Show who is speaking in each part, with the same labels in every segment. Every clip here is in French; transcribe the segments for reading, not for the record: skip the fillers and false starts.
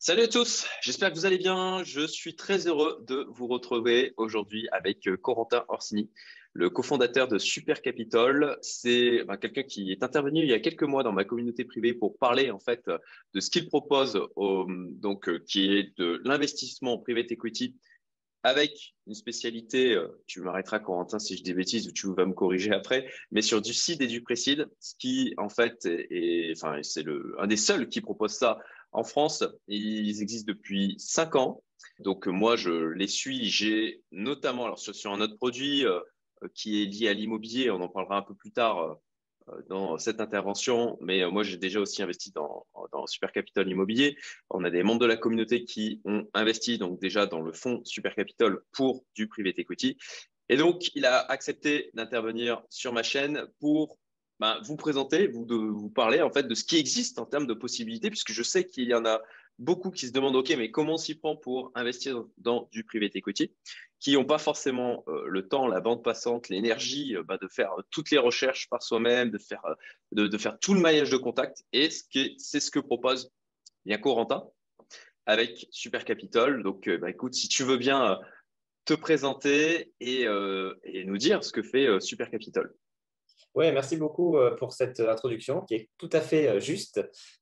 Speaker 1: Salut à tous, j'espère que vous allez bien. Je suis très heureux de vous retrouver aujourd'hui avec Corentin Orsini, le cofondateur de Super Capital. C'est quelqu'un qui est intervenu il y a quelques mois dans ma communauté privée pour parler en fait de ce qu'il propose, qui est de l'investissement en private equity avec une spécialité, tu m'arrêteras Corentin si je dis des bêtises ou tu vas me corriger après, mais sur du seed et du pré-seed, ce qui en fait c'est un des seuls qui propose ça en France. Ils existent depuis 5 ans. Donc moi je les suis. J'ai notamment alors sur un autre produit qui est lié à l'immobilier. On en parlera un peu plus tard. Dans cette intervention, mais moi j'ai déjà aussi investi dans Super Capital Immobilier. On a des membres de la communauté qui ont investi donc déjà dans le fonds Super Capital pour du private equity. Et donc il a accepté d'intervenir sur ma chaîne pour vous présenter, vous parler en fait de ce qui existe en termes de possibilités, puisque je sais qu'il y en a beaucoup qui se demandent, OK, mais comment on s'y prend pour investir dans du private equity, qui n'ont pas forcément le temps, la bande passante, l'énergie de faire toutes les recherches par soi-même, de faire tout le maillage de contact. Et c'est ce que propose bien Corentin avec Super Capital. Donc, écoute, si tu veux bien te présenter et nous dire ce que fait Super Capital.
Speaker 2: Oui, merci beaucoup pour cette introduction qui est tout à fait juste.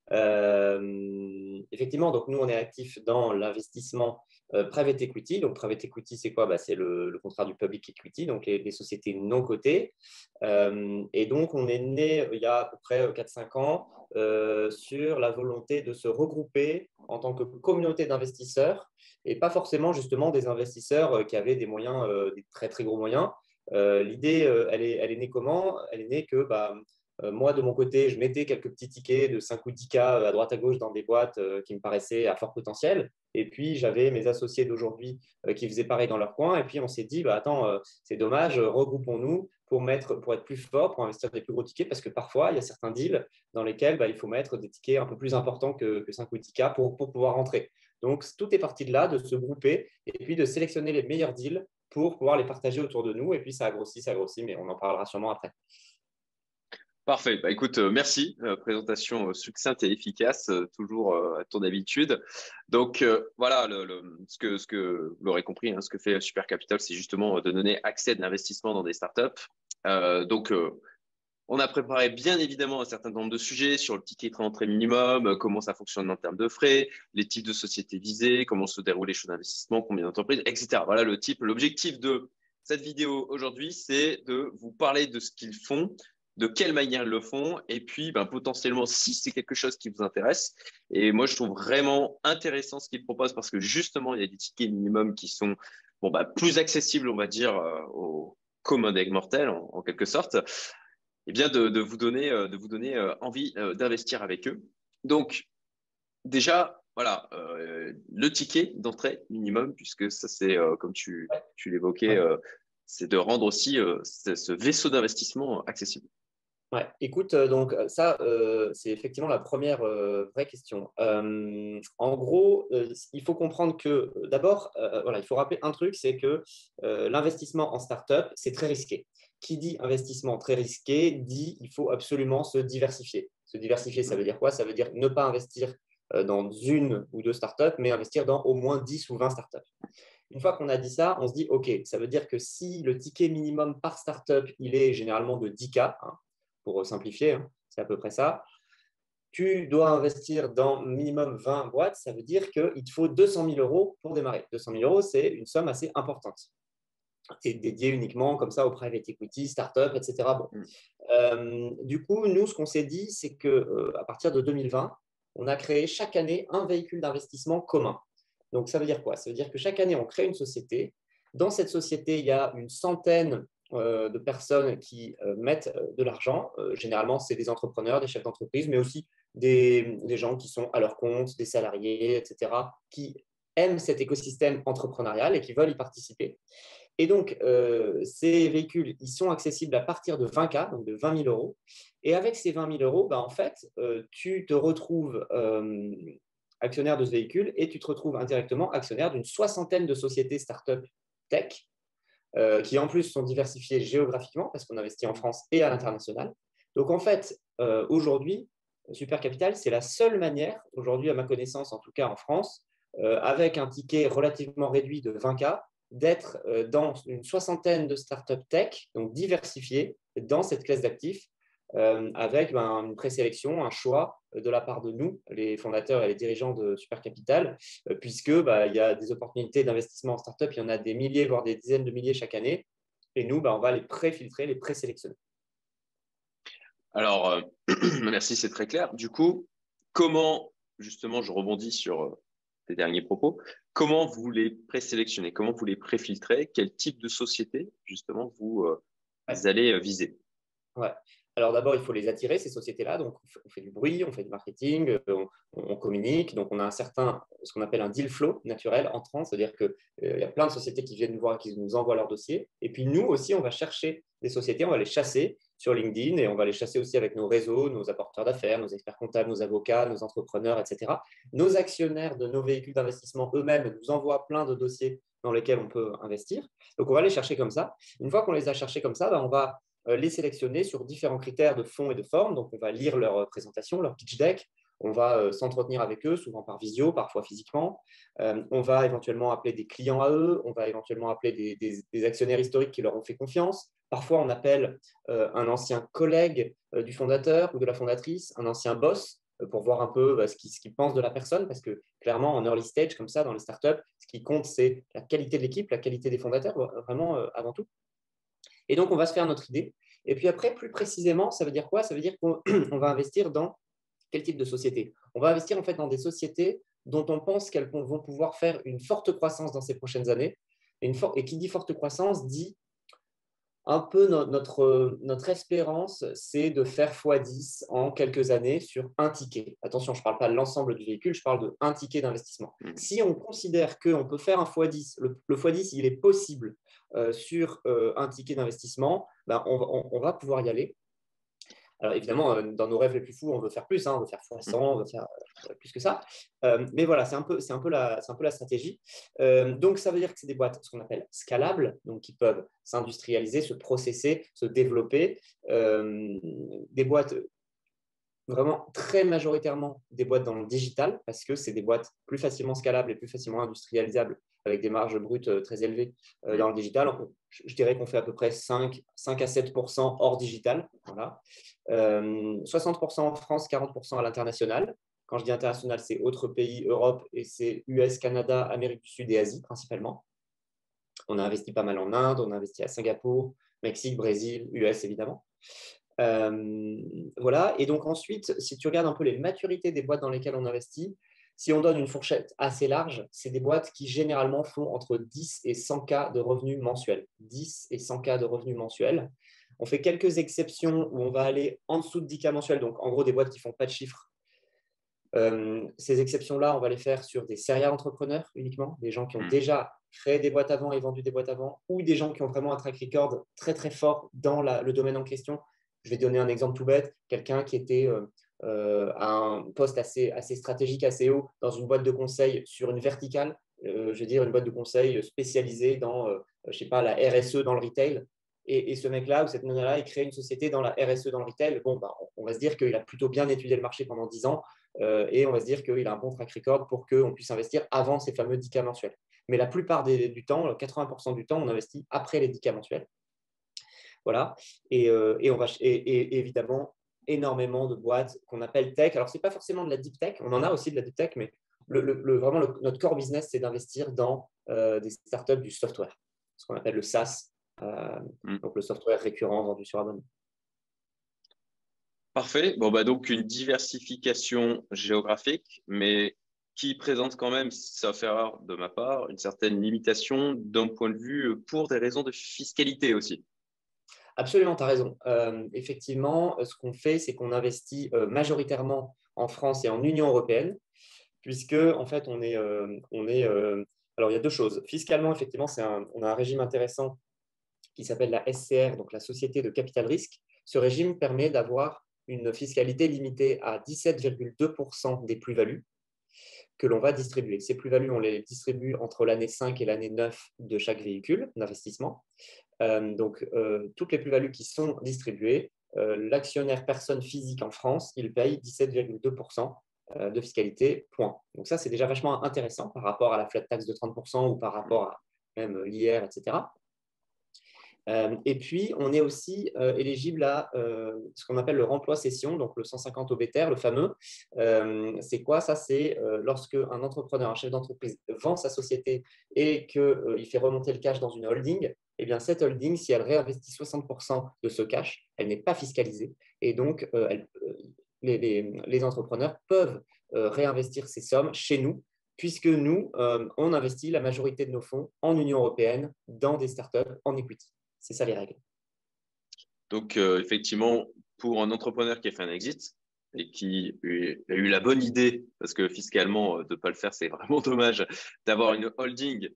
Speaker 2: Effectivement, donc nous, on est actifs dans l'investissement private equity. Donc, private equity, c'est quoi? C'est le contraire du public equity, donc les sociétés non cotées. Et donc, on est né il y a à peu près 4-5 ans sur la volonté de se regrouper en tant que communauté d'investisseurs et pas forcément justement des investisseurs qui avaient des moyens, des très, très gros moyens. L'idée, elle est née comment? Elle est née que moi, de mon côté, je mettais quelques petits tickets de 5 ou 10K à droite à gauche dans des boîtes qui me paraissaient à fort potentiel. Et puis, j'avais mes associés d'aujourd'hui qui faisaient pareil dans leur coin. Et puis, on s'est dit, attends, c'est dommage, regroupons-nous pour être plus forts, pour investir des plus gros tickets, parce que parfois, il y a certains deals dans lesquels il faut mettre des tickets un peu plus importants que 5 ou 10K pour pouvoir rentrer. Donc, tout est parti de là, de se grouper et puis de sélectionner les meilleurs deals pour pouvoir les partager autour de nous. Et puis, ça a grossi, mais on en parlera sûrement après.
Speaker 1: Parfait. Écoute, merci. Présentation succincte et efficace, toujours à ton habitude. Donc voilà, ce que vous l'aurez compris, hein, ce que fait Super Capital, c'est justement de donner accès d'investissement dans des startups. On a préparé bien évidemment un certain nombre de sujets sur le ticket d'entrée minimum, comment ça fonctionne en termes de frais, les types de sociétés visées, comment se déroulent les choses d'investissement, combien d'entreprises, etc. Voilà l'objectif de cette vidéo aujourd'hui, c'est de vous parler de ce qu'ils font, de quelle manière ils le font, et puis potentiellement si c'est quelque chose qui vous intéresse. Et moi, je trouve vraiment intéressant ce qu'ils proposent parce que justement, il y a des tickets minimums qui sont plus accessibles, on va dire, aux commun des mortels en quelque sorte et bien de vous donner envie d'investir avec eux. Donc déjà, voilà, le ticket d'entrée minimum, puisque ça c'est comme tu l'évoquais,
Speaker 2: Ouais.
Speaker 1: c'est de rendre aussi ce vaisseau d'investissement accessible.
Speaker 2: Ouais. Écoute, donc ça, c'est effectivement la première vraie question. En gros, il faut comprendre que d'abord, voilà, il faut rappeler un truc, c'est que l'investissement en startup, c'est très risqué. Qui dit investissement très risqué dit il faut absolument se diversifier. Se diversifier, ça veut dire quoi? Ça veut dire ne pas investir dans une ou deux startups, mais investir dans au moins 10 ou 20 startups. Une fois qu'on a dit ça, on se dit OK, ça veut dire que si le ticket minimum par startup, il est généralement de 10K, hein, pour simplifier, hein, c'est à peu près ça. Tu dois investir dans minimum 20 boîtes, ça veut dire qu'il te faut 200 000 euros pour démarrer. 200 000 euros, c'est une somme assez importante. C'est dédié uniquement comme ça au private equity, start-up, etc. Bon.
Speaker 1: Mm.
Speaker 2: Du coup, nous, ce qu'on s'est dit, c'est qu'à partir de 2020, on a créé chaque année un véhicule d'investissement commun. Donc, ça veut dire quoi? Ça veut dire que chaque année, on crée une société. Dans cette société, il y a une centaine de personnes qui mettent de l'argent. Généralement, c'est des entrepreneurs, des chefs d'entreprise, mais aussi des gens qui sont à leur compte, des salariés, etc., qui aiment cet écosystème entrepreneurial et qui veulent y participer. Et donc, ces véhicules, ils sont accessibles à partir de 20K, donc de 20 000 euros. Et avec ces 20 000 euros, en fait, tu te retrouves actionnaire de ce véhicule et tu te retrouves indirectement actionnaire d'une soixantaine de sociétés start-up tech qui en plus sont diversifiées géographiquement parce qu'on investit en France et à l'international. Donc en fait, aujourd'hui, Super Capital, c'est la seule manière, aujourd'hui à ma connaissance, en tout cas en France, avec un ticket relativement réduit de 20K, d'être dans une soixantaine de startups tech, donc diversifiées, dans cette classe d'actifs, avec une présélection, un choix de la part de nous, les fondateurs et les dirigeants de Super Capital, puisque il y a des opportunités d'investissement en startup, il y en a des milliers, voire des dizaines de milliers chaque année, et nous, on va les préfiltrer, les présélectionner.
Speaker 1: Alors, merci, c'est très clair. Du coup, comment, justement, je rebondis sur tes derniers propos, comment vous les présélectionnez, comment vous les préfiltrez, quel type de société, justement, vous
Speaker 2: Ouais.
Speaker 1: allez viser?
Speaker 2: Ouais. Alors d'abord, il faut les attirer, ces sociétés-là. Donc, on fait du bruit, on fait du marketing, on communique. Donc, on a ce qu'on appelle un deal flow naturel entrant, c'est-à-dire qu'il y a plein de sociétés qui viennent nous voir, qui nous envoient leur dossier. Et puis, nous aussi, on va chercher des sociétés, on va les chasser sur LinkedIn et on va les chasser aussi avec nos réseaux, nos apporteurs d'affaires, nos experts comptables, nos avocats, nos entrepreneurs, etc. Nos actionnaires de nos véhicules d'investissement eux-mêmes nous envoient plein de dossiers dans lesquels on peut investir. Donc, on va les chercher comme ça. Une fois qu'on les a cherchés comme ça, on va les sélectionner sur différents critères de fond et de forme. Donc, on va lire leur présentation, leur pitch deck. On va s'entretenir avec eux, souvent par visio, parfois physiquement. On va éventuellement appeler des clients à eux. On va éventuellement appeler des actionnaires historiques qui leur ont fait confiance. Parfois, on appelle un ancien collègue du fondateur ou de la fondatrice, un ancien boss, pour voir un peu ce qu'il pense de la personne. Parce que clairement, en early stage, comme ça, dans les startups, ce qui compte, c'est la qualité de l'équipe, la qualité des fondateurs, vraiment avant tout. Et donc, on va se faire notre idée. Et puis après, plus précisément, ça veut dire quoi? Ça veut dire qu'on va investir dans quel type de société? On va investir en fait dans des sociétés dont on pense qu'elles vont pouvoir faire une forte croissance dans ces prochaines années. Et qui dit forte croissance dit un peu notre espérance, c'est de faire x10 en quelques années sur un ticket. Attention, je ne parle pas de l'ensemble du véhicule, je parle de un ticket d'investissement. Si on considère qu'on peut faire un x10, le x10, il est possible sur un ticket d'investissement, on va pouvoir y aller. Alors évidemment, dans nos rêves les plus fous, on veut faire plus, on veut faire x100, on veut faire plus que ça. Mais voilà, c'est un peu la stratégie. Donc ça veut dire que c'est des boîtes, ce qu'on appelle scalables, donc qui peuvent s'industrialiser, se processer, se développer. Des boîtes vraiment très majoritairement des boîtes dans le digital, parce que c'est des boîtes plus facilement scalables et plus facilement industrialisables avec des marges brutes très élevées dans le digital. Je dirais qu'on fait à peu près 5 à 7% hors digital. Voilà. 60% en France, 40% à l'international. Quand je dis international, c'est autres pays, Europe, et c'est US, Canada, Amérique du Sud et Asie principalement. On a investi pas mal en Inde, on a investi à Singapour, Mexique, Brésil, US évidemment. Voilà. Et donc ensuite, si tu regardes un peu les maturités des boîtes dans lesquelles on investit, si on donne une fourchette assez large, c'est des boîtes qui généralement font entre 10 et 100K de revenus mensuels. 10 et 100K de revenus mensuels. On fait quelques exceptions où on va aller en dessous de 10K mensuels, donc en gros des boîtes qui ne font pas de chiffres. Ces exceptions-là, on va les faire sur des serial entrepreneurs uniquement, des gens qui ont déjà créé des boîtes avant et vendu des boîtes avant, ou des gens qui ont vraiment un track record très très fort dans le domaine en question. Je vais donner un exemple tout bête, quelqu'un qui était à un poste assez stratégique, assez haut, dans une boîte de conseil sur une verticale, je veux dire une boîte de conseil spécialisée dans, je sais pas, la RSE dans le retail. Et ce mec-là ou cette nana-là, il crée une société dans la RSE dans le retail. Bon, on va se dire qu'il a plutôt bien étudié le marché pendant 10 ans et on va se dire qu'il a un bon track record pour qu'on puisse investir avant ces fameux 10K mensuels. Mais la plupart du temps, 80% du temps, on investit après les 10K mensuels. Voilà. Et évidemment, énormément de boîtes qu'on appelle tech. Alors, ce n'est pas forcément de la deep tech. On en a aussi de la deep tech, mais vraiment, notre core business, c'est d'investir dans des startups du software, ce qu'on appelle le SaaS, donc le software récurrent vendu sur abonnement.
Speaker 1: Parfait. Bon, donc une diversification géographique, mais qui présente quand même, sauf erreur de ma part, une certaine limitation d'un point de vue pour des raisons de fiscalité aussi.
Speaker 2: Absolument, tu as raison. Effectivement, ce qu'on fait, c'est qu'on investit majoritairement en France et en Union européenne, puisque en fait, alors, il y a deux choses. Fiscalement, effectivement, on a un régime intéressant qui s'appelle la SCR, donc la Société de Capital Risque. Ce régime permet d'avoir une fiscalité limitée à 17,2% des plus-values que l'on va distribuer. Ces plus-values, on les distribue entre l'année 5 et l'année 9 de chaque véhicule d'investissement. Donc, toutes les plus-values qui sont distribuées l'actionnaire personne physique en France, il paye 17,2% de fiscalité, point. Donc ça, c'est déjà vachement intéressant par rapport à la flat tax de 30% ou par rapport à même l'IR, etc. Et puis, on est aussi éligible à ce qu'on appelle le remploi cession, donc le 150 OBTR, le fameux. C'est quoi ça? C'est lorsque un entrepreneur, un chef d'entreprise vend sa société et qu'il fait remonter le cash dans une holding, eh bien, cette holding, si elle réinvestit 60% de ce cash, elle n'est pas fiscalisée. Et donc, les entrepreneurs peuvent réinvestir ces sommes chez nous, puisque nous, on investit la majorité de nos fonds en Union européenne dans des startups en equity. C'est ça les règles.
Speaker 1: Donc, effectivement, pour un entrepreneur qui a fait un exit et qui a eu la bonne idée, parce que fiscalement, de ne pas le faire, c'est vraiment dommage, d'avoir une holding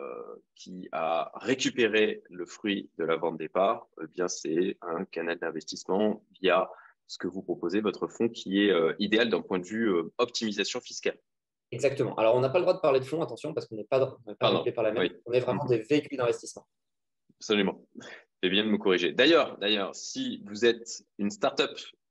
Speaker 1: qui a récupéré le fruit de la vente des parts, eh bien, c'est un canal d'investissement via ce que vous proposez, votre fonds, qui est idéal d'un point de vue optimisation fiscale.
Speaker 2: Exactement. Alors, on n'a pas le droit de parler de fonds, attention, parce qu'on n'est pas régulé par la même.
Speaker 1: Oui.
Speaker 2: On est vraiment des véhicules d'investissement.
Speaker 1: Absolument. C'est bien de me corriger. D'ailleurs, si vous êtes une startup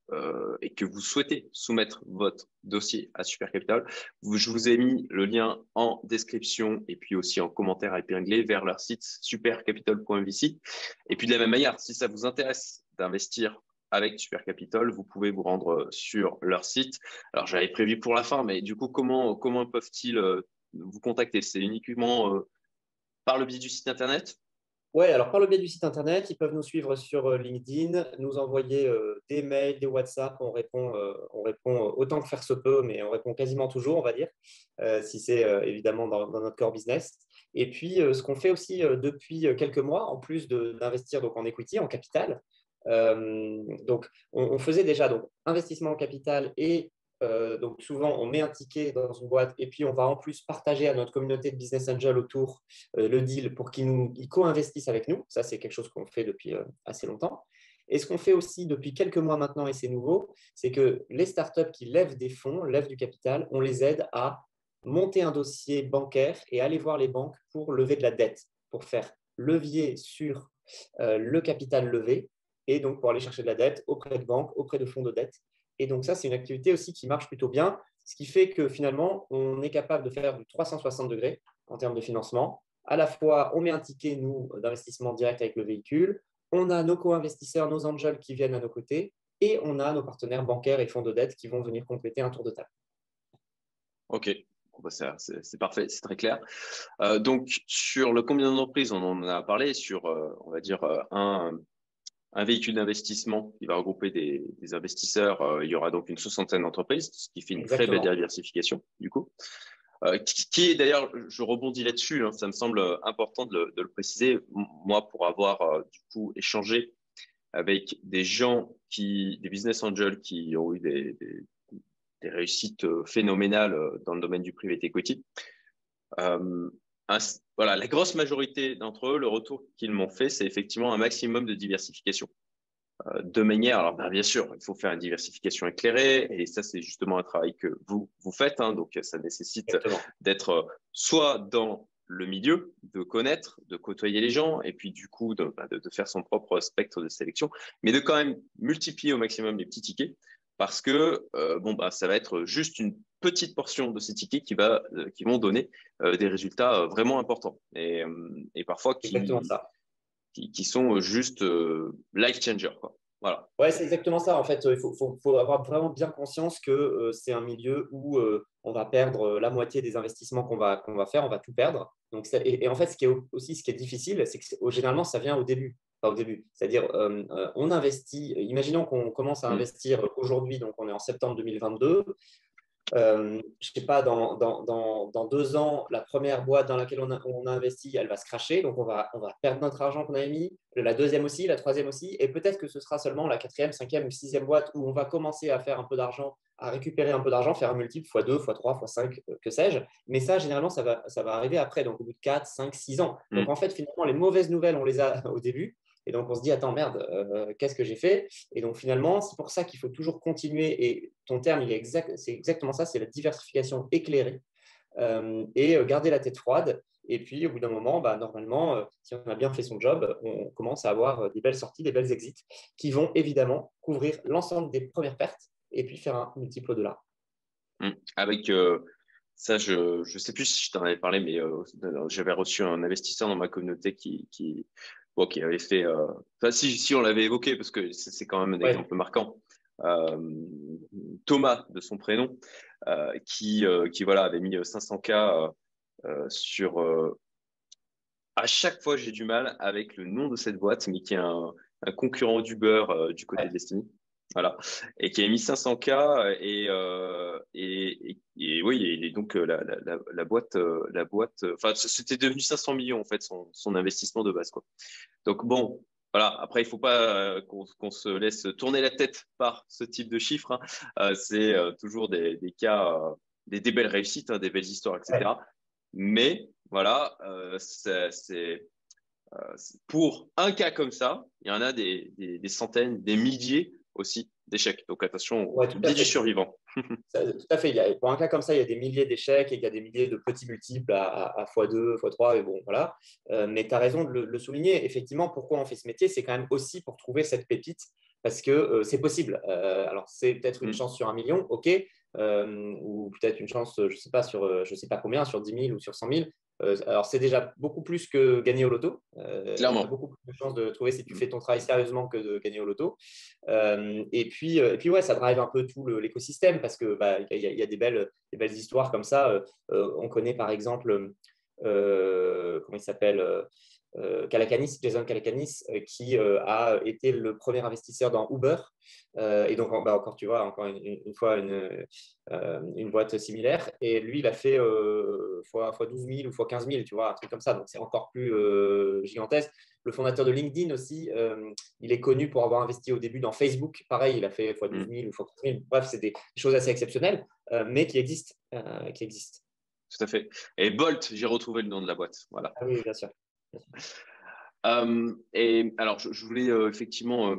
Speaker 1: et que vous souhaitez soumettre votre dossier à Super Capital, je vous ai mis le lien en description et puis aussi en commentaire épinglé vers leur site supercapital.vc. Et puis de la même manière, si ça vous intéresse d'investir avec Super Capital, vous pouvez vous rendre sur leur site. Alors, j'avais prévu pour la fin, mais du coup, comment peuvent-ils vous contacter? C'est uniquement par le biais du site internet?
Speaker 2: Oui, alors par le biais du site internet, ils peuvent nous suivre sur LinkedIn, nous envoyer des mails, des WhatsApp. On répond autant que faire se peut, mais on répond quasiment toujours, on va dire, si c'est évidemment dans notre core business. Et puis, ce qu'on fait aussi depuis quelques mois, en plus d'investir donc en equity, en capital, donc on faisait déjà donc, investissement en capital et donc souvent, on met un ticket dans une boîte et puis on va en plus partager à notre communauté de business angels autour le deal pour qu'ils co-investissent avec nous. Ça, c'est quelque chose qu'on fait depuis assez longtemps. Et ce qu'on fait aussi depuis quelques mois maintenant, et c'est nouveau, c'est que les startups qui lèvent des fonds, lèvent du capital, on les aide à monter un dossier bancaire et aller voir les banques pour lever de la dette, pour faire levier sur le capital levé et donc pour aller chercher de la dette auprès de banques, auprès de fonds de dette. Et donc, ça, c'est une activité aussi qui marche plutôt bien, ce qui fait que finalement, on est capable de faire du 360 degrés en termes de financement. À la fois, on met un ticket, nous, d'investissement direct avec le véhicule, on a nos co-investisseurs, nos angels qui viennent à nos côtés, et on a nos partenaires bancaires et fonds de dette qui vont venir compléter un tour de table.
Speaker 1: OK. C'est parfait, c'est très clair. Donc, sur le combien d'entreprises, on en a parlé, sur, on va dire, un véhicule d'investissement qui va regrouper des investisseurs. Il y aura donc une soixantaine d'entreprises, ce qui fait une très belle diversification, du coup. Qui est d'ailleurs, je rebondis là-dessus, hein, ça me semble important de le préciser. Moi, pour avoir du coup échangé avec des gens des business angels qui ont eu des réussites phénoménales dans le domaine du private equity. Voilà, la grosse majorité d'entre eux, le retour qu'ils m'ont fait, c'est effectivement un maximum de diversification. De manière, alors bien sûr, il faut faire une diversification éclairée, et ça, c'est justement un travail que vous faites, hein, donc ça nécessite d'être soit dans le milieu, de connaître, de côtoyer les gens, et puis du coup, de faire son propre spectre de sélection, mais de quand même multiplier au maximum les petits tickets, parce que ça va être juste une petite portion de ces tickets qui vont donner des résultats vraiment importants, et parfois qui sont juste life changer, quoi. Voilà.
Speaker 2: Ouais, c'est exactement ça. En fait, il faut avoir vraiment bien conscience que c'est un milieu où on va perdre la moitié des investissements qu'on va faire, on va tout perdre. Donc, et en fait, ce qui est difficile, c'est que généralement, ça vient au début. Enfin, au début. C'est-à-dire, on investit, imaginons qu'on commence à investir aujourd'hui, donc on est en septembre 2022. Je ne sais pas, dans 2 ans, la première boîte dans laquelle on a investi, elle va se cracher. Donc, on va perdre notre argent qu'on avait mis. La deuxième aussi, la troisième aussi. Et peut-être que ce sera seulement la quatrième, cinquième ou sixième boîte où on va commencer à faire un peu d'argent, à récupérer un peu d'argent, faire un multiple x2, x3, x5, que sais-je. Mais ça, généralement, ça va arriver après, donc au bout de 4, 5, 6 ans. Donc, en fait, finalement, les mauvaises nouvelles, on les a au début. Et donc, on se dit, attends, merde, qu'est-ce que j'ai fait? Et donc, finalement, c'est pour ça qu'il faut toujours continuer. Et ton terme, c'est exactement ça, c'est la diversification éclairée. et garder la tête froide. Et puis, au bout d'un moment, normalement, si on a bien fait son job, on commence à avoir des belles sorties, des belles exits qui vont évidemment couvrir l'ensemble des premières pertes et puis faire un multiple au-delà.
Speaker 1: Avec ça, je ne sais plus si je t'en avais parlé, mais j'avais reçu un investisseur dans ma communauté bon, qui avait fait. Enfin, si on l'avait évoqué, parce que c'est quand même un
Speaker 2: Ouais.
Speaker 1: exemple marquant. Euh, Thomas, de son prénom, qui voilà, avait mis 500K sur. À chaque fois, j'ai du mal avec le nom de cette boîte, mais qui est un concurrent d'Uber du côté de
Speaker 2: Ouais.
Speaker 1: Destiny. Voilà. Et qui a mis 500K et oui, et donc la boîte, enfin, c'était devenu 500 millions en fait son investissement de base quoi. Donc bon, voilà. Après, il faut pas qu'on se laisse tourner la tête par ce type de chiffres, hein. C'est toujours des cas, des belles réussites, hein, des belles histoires,
Speaker 2: Ouais.
Speaker 1: etc. Mais voilà, pour un cas comme ça, il y en a des centaines, des milliers aussi d'échecs. Donc attention au
Speaker 2: Ouais, tout à
Speaker 1: biais du
Speaker 2: fait.
Speaker 1: survivant.
Speaker 2: Tout à fait. Pour un cas comme ça, il y a des milliers d'échecs et il y a des milliers de petits multiples à x2, x3. Et bon, voilà. Mais tu as raison de le souligner. Effectivement, pourquoi on fait ce métier, c'est quand même aussi pour trouver cette pépite parce que c'est possible. Alors, c'est peut-être une
Speaker 1: Mm.
Speaker 2: chance sur 1 million, OK, ou peut-être une chance, je ne sais pas, sur je sais pas combien, sur 10 000 ou sur 100 000. Alors, c'est déjà beaucoup plus que gagner au loto. Tu as
Speaker 1: Clairement.
Speaker 2: beaucoup plus de chances de trouver si tu
Speaker 1: Mm.
Speaker 2: fais ton travail sérieusement que de gagner au loto. Et puis ouais, ça drive un peu tout l'écosystème parce que y a des belles histoires comme ça. On connaît par exemple, comment il s'appelle, Calacanis, Jason Calacanis, qui a été le premier investisseur dans Uber. Et donc, encore, tu vois, encore une fois, une boîte similaire. Et lui, il a fait fois 12 000 ou fois 15 000, tu vois, un truc comme ça. Donc, c'est encore plus gigantesque. Le fondateur de LinkedIn aussi, il est connu pour avoir investi au début dans Facebook. Pareil, il a fait fois 12
Speaker 1: Mm.
Speaker 2: 000 ou fois 15 000. Bref, c'est des choses assez exceptionnelles, mais qui existent. Qui existent.
Speaker 1: Tout à fait. Et Bolt, j'ai retrouvé le nom de la boîte. Voilà.
Speaker 2: Ah oui, bien sûr.
Speaker 1: Et alors, je voulais effectivement.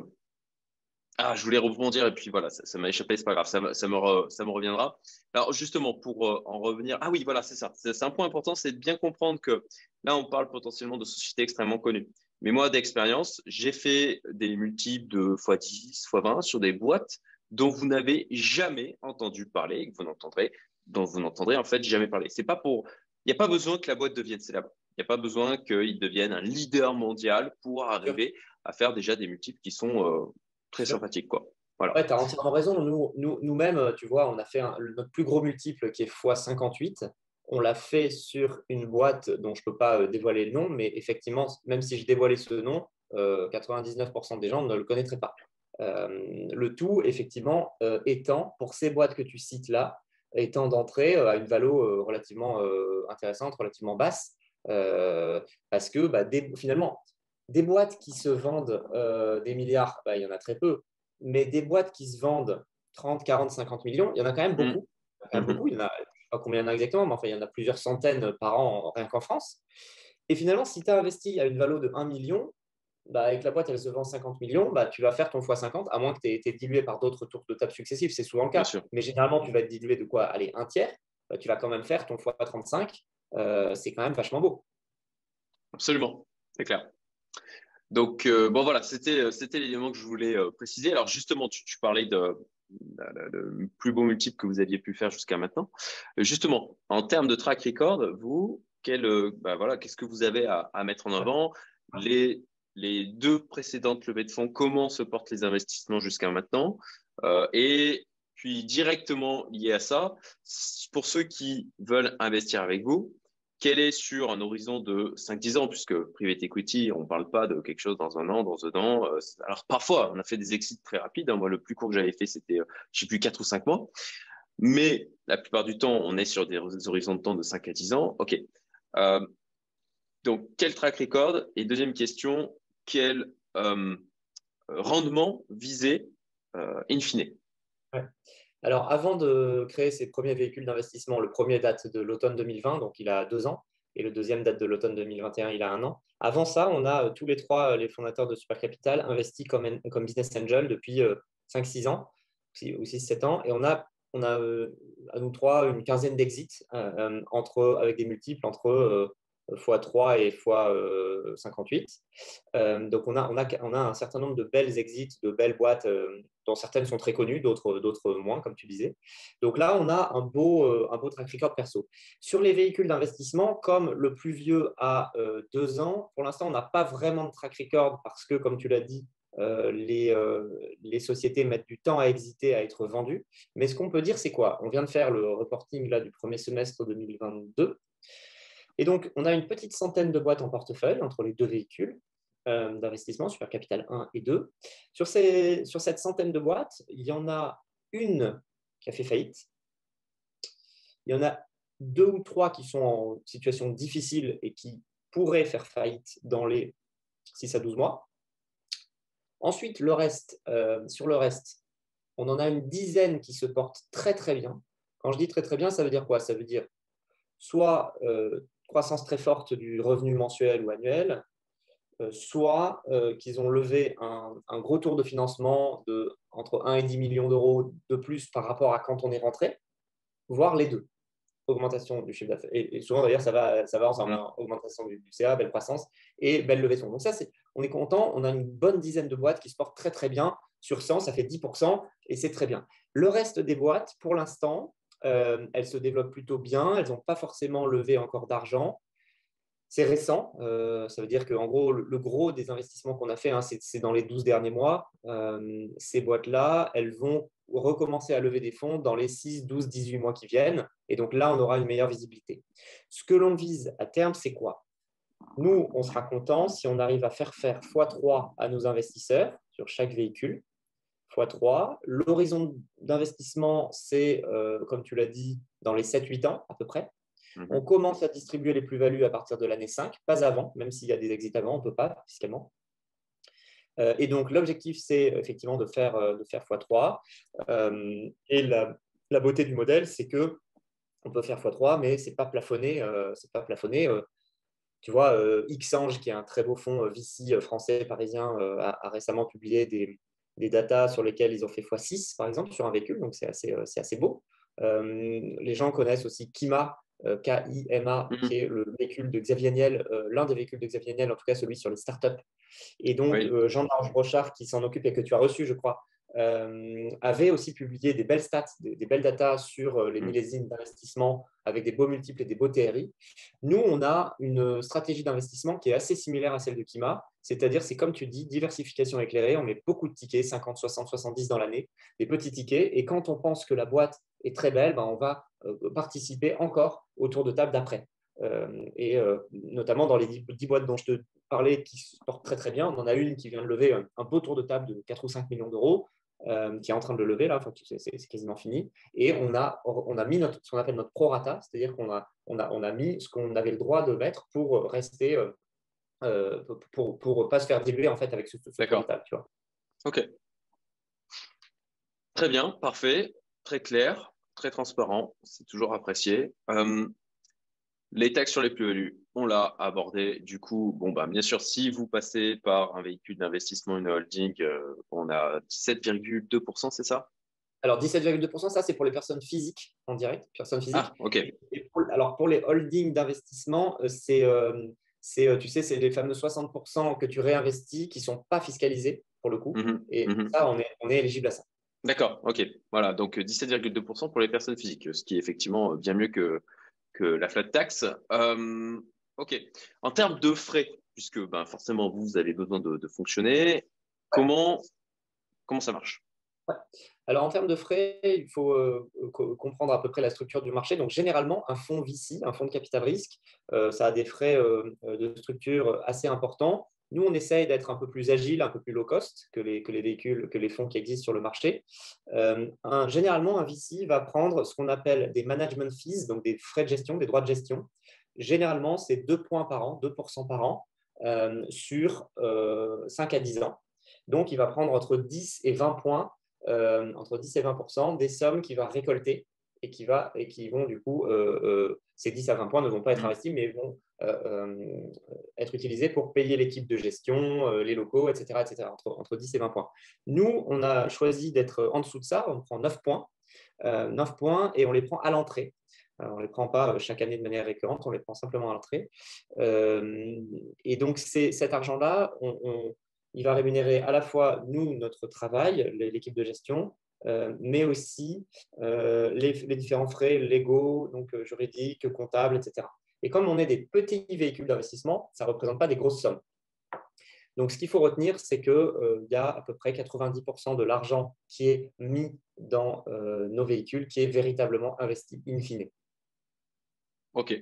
Speaker 1: Je voulais rebondir et puis voilà, ça m'a échappé, c'est pas grave, ça me reviendra. Alors justement, pour en revenir, ah oui, voilà, c'est ça. C'est un point important, c'est de bien comprendre que là, on parle potentiellement de sociétés extrêmement connues. Mais moi, d'expérience, j'ai fait des multiples de x10, x20 sur des boîtes dont vous n'avez jamais entendu parler et que dont vous n'entendrez en fait jamais parler. C'est pas pour, il n'y a pas besoin que la boîte devienne célèbre. Il n'y a pas besoin qu'il devienne un leader mondial pour
Speaker 2: Sûr,
Speaker 1: arriver à faire déjà des multiples qui sont très
Speaker 2: sûr.
Speaker 1: sympathique, quoi. Voilà.
Speaker 2: Ouais, tu as entièrement raison. Nous-mêmes, tu vois, on a fait notre plus gros multiple qui est x58. On l'a fait sur une boîte dont je ne peux pas dévoiler le nom, mais effectivement, même si je dévoilais ce nom, 99% des gens ne le connaîtraient pas. Le tout, effectivement, étant, pour ces boîtes que tu cites là, étant d'entrée à une valo relativement intéressante, relativement basse, parce que finalement, des boîtes qui se vendent des milliards, il y en a très peu, mais des boîtes qui se vendent 30, 40, 50 millions, il y en a quand même
Speaker 1: Mm.
Speaker 2: beaucoup. Il y en a quand même
Speaker 1: Mhm.
Speaker 2: beaucoup. Je ne sais pas combien il y en a exactement, mais enfin, il y en a plusieurs centaines par an, rien qu'en France. Et finalement, si tu as investi à une valeur de 1 million, avec la boîte, elle se vend 50 millions, tu vas faire ton x50, à moins que tu aies été dilué par d'autres tours de table successifs. C'est souvent le
Speaker 1: Bien
Speaker 2: cas.
Speaker 1: sûr.
Speaker 2: Mais généralement, tu vas être dilué de quoi? Allez, un tiers. Tu vas quand même faire ton x35. C'est quand même vachement beau.
Speaker 1: Absolument. C'est clair. Donc, bon, voilà, c'était l'élément que je voulais préciser. Alors, justement, tu parlais le plus beau multiple que vous aviez pu faire jusqu'à maintenant. Justement, en termes de track record, vous, voilà, qu'est-ce que vous avez à mettre en avant? Les deux précédentes levées de fonds, comment se portent les investissements jusqu'à maintenant? Et puis, directement lié à ça, pour ceux qui veulent investir avec vous, quel est sur un horizon de 5-10 ans, puisque private equity, on ne parle pas de quelque chose dans un an, dans 2 ans. Alors parfois, on a fait des exits très rapides, hein. Moi, le plus court que j'avais fait, c'était, je sais plus, 4 ou 5 mois. Mais la plupart du temps, on est sur des horizons de temps de 5 à 10 ans. OK. Euh, donc, quel track record? Et deuxième question, quel rendement visé in fine?
Speaker 2: Ouais. Alors, avant de créer ces premiers véhicules d'investissement, le premier date de l'automne 2020, donc il a 2 ans, et le deuxième date de l'automne 2021, il a 1 an. Avant ça, on a tous les trois, les fondateurs de Super Capital, investis comme business angel depuis 5-6 ans, ou 6-7 ans, et on a à nous trois une quinzaine d'exits avec des multiples entre x3 et x58. Donc, on a un certain nombre de belles exits, de belles boîtes, dont certaines sont très connues, d'autres moins, comme tu disais. Donc là, on a un beau track record perso. Sur les véhicules d'investissement, comme le plus vieux a 2 ans, pour l'instant, on n'a pas vraiment de track record parce que, comme tu l'as dit, les sociétés mettent du temps à exiter, à être vendues. Mais ce qu'on peut dire, c'est quoi? On vient de faire le reporting là, du premier semestre 2022. Et donc, on a une petite centaine de boîtes en portefeuille entre les deux véhicules d'investissement, Super Capital 1 et 2. Sur cette centaine de boîtes, il y en a une qui a fait faillite. Il y en a 2 ou 3 qui sont en situation difficile et qui pourraient faire faillite dans les 6 à 12 mois. Ensuite, sur le reste, on en a une dizaine qui se portent très, très bien. Quand je dis très, très bien, ça veut dire quoi? Ça veut dire soit croissance très forte du revenu mensuel ou annuel, soit qu'ils ont levé un gros tour de financement entre 1 et 10 millions d'euros de plus par rapport à quand on est rentré, voire les deux. Augmentation du chiffre d'affaires. Et souvent, d'ailleurs, ça va ensemble. Augmentation du CA, belle croissance et belle levée de fonds. Donc ça, on est content. On a une bonne dizaine de boîtes qui se portent très, très bien. Sur 100, ça fait 10% et c'est très bien. Le reste des boîtes, pour l'instant, elles se développent plutôt bien. Elles n'ont pas forcément levé encore d'argent. C'est récent. Ça veut dire qu'en gros, le gros des investissements qu'on a fait, c'est dans les 12 derniers mois. Ces boîtes-là, elles vont recommencer à lever des fonds dans les 6, 12, 18 mois qui viennent. Et donc là, on aura une meilleure visibilité. Ce que l'on vise à terme, c'est quoi? Nous, on sera content si on arrive à faire x3 à nos investisseurs sur chaque véhicule. x3. L'horizon d'investissement, c'est, comme tu l'as dit, dans les 7-8 ans à peu près. On commence à distribuer les plus-values à partir de l'année 5, pas avant, même s'il y a des exits avant, on ne peut pas fiscalement. Et donc, l'objectif, c'est effectivement de faire x3. Et la beauté du modèle, c'est qu'on peut faire x3, mais ce n'est pas plafonné. Tu vois, Xange, qui est un très beau fonds VC français, parisien, a récemment publié des datas sur lesquelles ils ont fait x6, par exemple, sur un véhicule. Donc, c'est assez beau. Les gens connaissent aussi Kima, KIMA, qui est le véhicule de Xavier Niel, l'un des véhicules de Xavier Niel, en tout cas celui sur les startups. Et donc, Jean-Marc Brochard, qui s'en occupe et que tu as reçu, je crois, avait aussi publié des belles stats, des belles datas sur les millésimes d'investissement avec des beaux multiples et des beaux TRI. Nous, on a une stratégie d'investissement qui est assez similaire à celle de Kima, c'est-à-dire, c'est comme tu dis, diversification éclairée. On met beaucoup de tickets, 50, 60, 70 dans l'année, des petits tickets. Et quand on pense que la boîte est très belle, on va participer encore au tour de table d'après. Et notamment dans les 10 boîtes dont je te parlais qui se portent très très bien, on en a une qui vient de lever un beau tour de table de 4 ou 5 millions d'euros, qui est en train de le lever là, c'est quasiment fini. Et on a mis ce qu'on appelle notre prorata, c'est-à-dire qu'on a mis ce qu'on avait le droit de mettre pour rester, pour pas se faire diluer en fait avec ce tour de table. Tu vois.
Speaker 1: Ok. Très bien, parfait, très clair, très transparent, c'est toujours apprécié. Les taxes sur les plus-values, on l'a abordé. Du coup, bien sûr, si vous passez par un véhicule d'investissement, une holding, on a 17,2%, c'est ça?
Speaker 2: Alors, 17,2%, ça, c'est pour les personnes physiques en direct. Personnes physiques.
Speaker 1: Ah, ok.
Speaker 2: Alors, pour les holdings d'investissement, tu sais, c'est les fameux 60% que tu réinvestis qui ne sont pas fiscalisés, pour le coup. Et ça, on est éligible à ça.
Speaker 1: D'accord, ok. Voilà, donc 17,2% pour les personnes physiques, ce qui est effectivement bien mieux que la flat tax. Ok. En termes de frais, puisque forcément vous avez besoin de fonctionner, comment ça marche?
Speaker 2: Ouais. Alors, en termes de frais, il faut comprendre à peu près la structure du marché. Donc, généralement, un fonds VC, un fonds de capital risque, ça a des frais de structure assez importants. Nous, on essaye d'être un peu plus agile, un peu plus low cost que les véhicules, que les fonds qui existent sur le marché. Généralement, un VC va prendre ce qu'on appelle des management fees, donc des frais de gestion, des droits de gestion. Généralement, c'est 2 points par an, 2% par an, sur 5 à 10 ans. Donc, il va prendre entre 10 et 20 points, entre 10 et 20% des sommes qu'il va récolter et qui vont du coup, ces 10 à 20 points ne vont pas être investis, mais vont être utilisés pour payer l'équipe de gestion, les locaux, etc., entre 10 et 20 points. Nous, on a choisi d'être en dessous de ça, on prend 9 points. 9 points et on les prend à l'entrée. On ne les prend pas chaque année de manière récurrente, on les prend simplement à l'entrée. Et donc, cet argent-là, il va rémunérer à la fois nous, notre travail, l'équipe de gestion, mais aussi les différents frais légaux, donc juridiques, comptables, etc. Et comme on est des petits véhicules d'investissement, ça ne représente pas des grosses sommes. Donc, ce qu'il faut retenir, c'est qu'il y a à peu près 90% de l'argent qui est mis dans nos véhicules qui est véritablement investi in fine.
Speaker 1: Ok.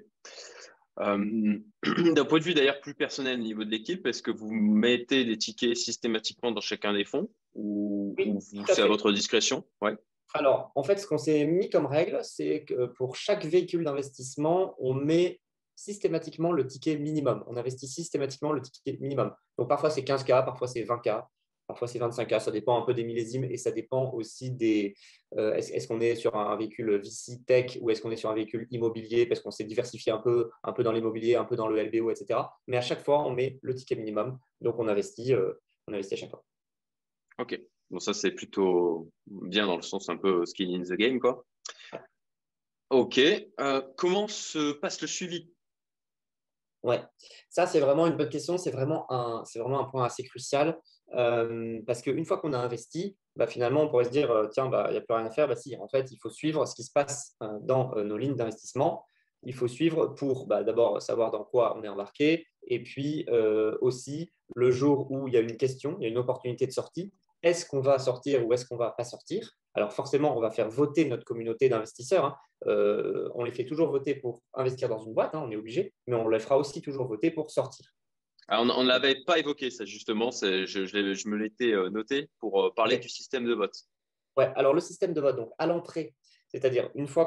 Speaker 1: D'un point de vue d'ailleurs plus personnel au niveau de l'équipe, est-ce que vous mettez des tickets systématiquement dans chacun des fonds
Speaker 2: Oui,
Speaker 1: ou
Speaker 2: tout à
Speaker 1: c'est à
Speaker 2: fait.
Speaker 1: votre discrétion? Ouais.
Speaker 2: Alors, en fait, ce qu'on s'est mis comme règle, c'est que pour chaque véhicule d'investissement, on met systématiquement le ticket minimum. On investit systématiquement le ticket minimum. Donc, parfois, c'est 15K, parfois, c'est 20K, parfois, c'est 25K. Ça dépend un peu des millésimes et ça dépend aussi des… est-ce qu'on est sur un véhicule VC Tech ou est-ce qu'on est sur un véhicule immobilier parce qu'on s'est diversifié un peu dans l'immobilier, un peu dans le LBO, etc. Mais à chaque fois, on met le ticket minimum. Donc, on investit à chaque fois.
Speaker 1: Ok. Bon, ça, c'est plutôt bien dans le sens un peu skin in the game, quoi. Ok. Comment se passe le suivi?
Speaker 2: Ouais, ça c'est vraiment une bonne question, c'est vraiment un point assez crucial parce qu'une fois qu'on a investi, bah, finalement on pourrait se dire tiens, bah, il n'y a plus rien à faire. Bah, si, en fait, il faut suivre ce qui se passe dans nos lignes d'investissement. Il faut suivre pour bah, d'abord savoir dans quoi on est embarqué et puis aussi le jour où il y a une question, il y a une opportunité de sortie, est-ce qu'on va sortir ou est-ce qu'on ne va pas sortir? Alors forcément, on va faire voter notre communauté d'investisseurs, hein. On les fait toujours voter pour investir dans une boîte, hein, on est obligé, mais on les fera aussi toujours voter pour sortir.
Speaker 1: Ah, on ne l'avait pas évoqué, ça, justement. Je me l'étais noté pour parler du
Speaker 2: Okay.
Speaker 1: système de vote.
Speaker 2: Ouais, alors le système de vote, donc à l'entrée, c'est-à-dire une fois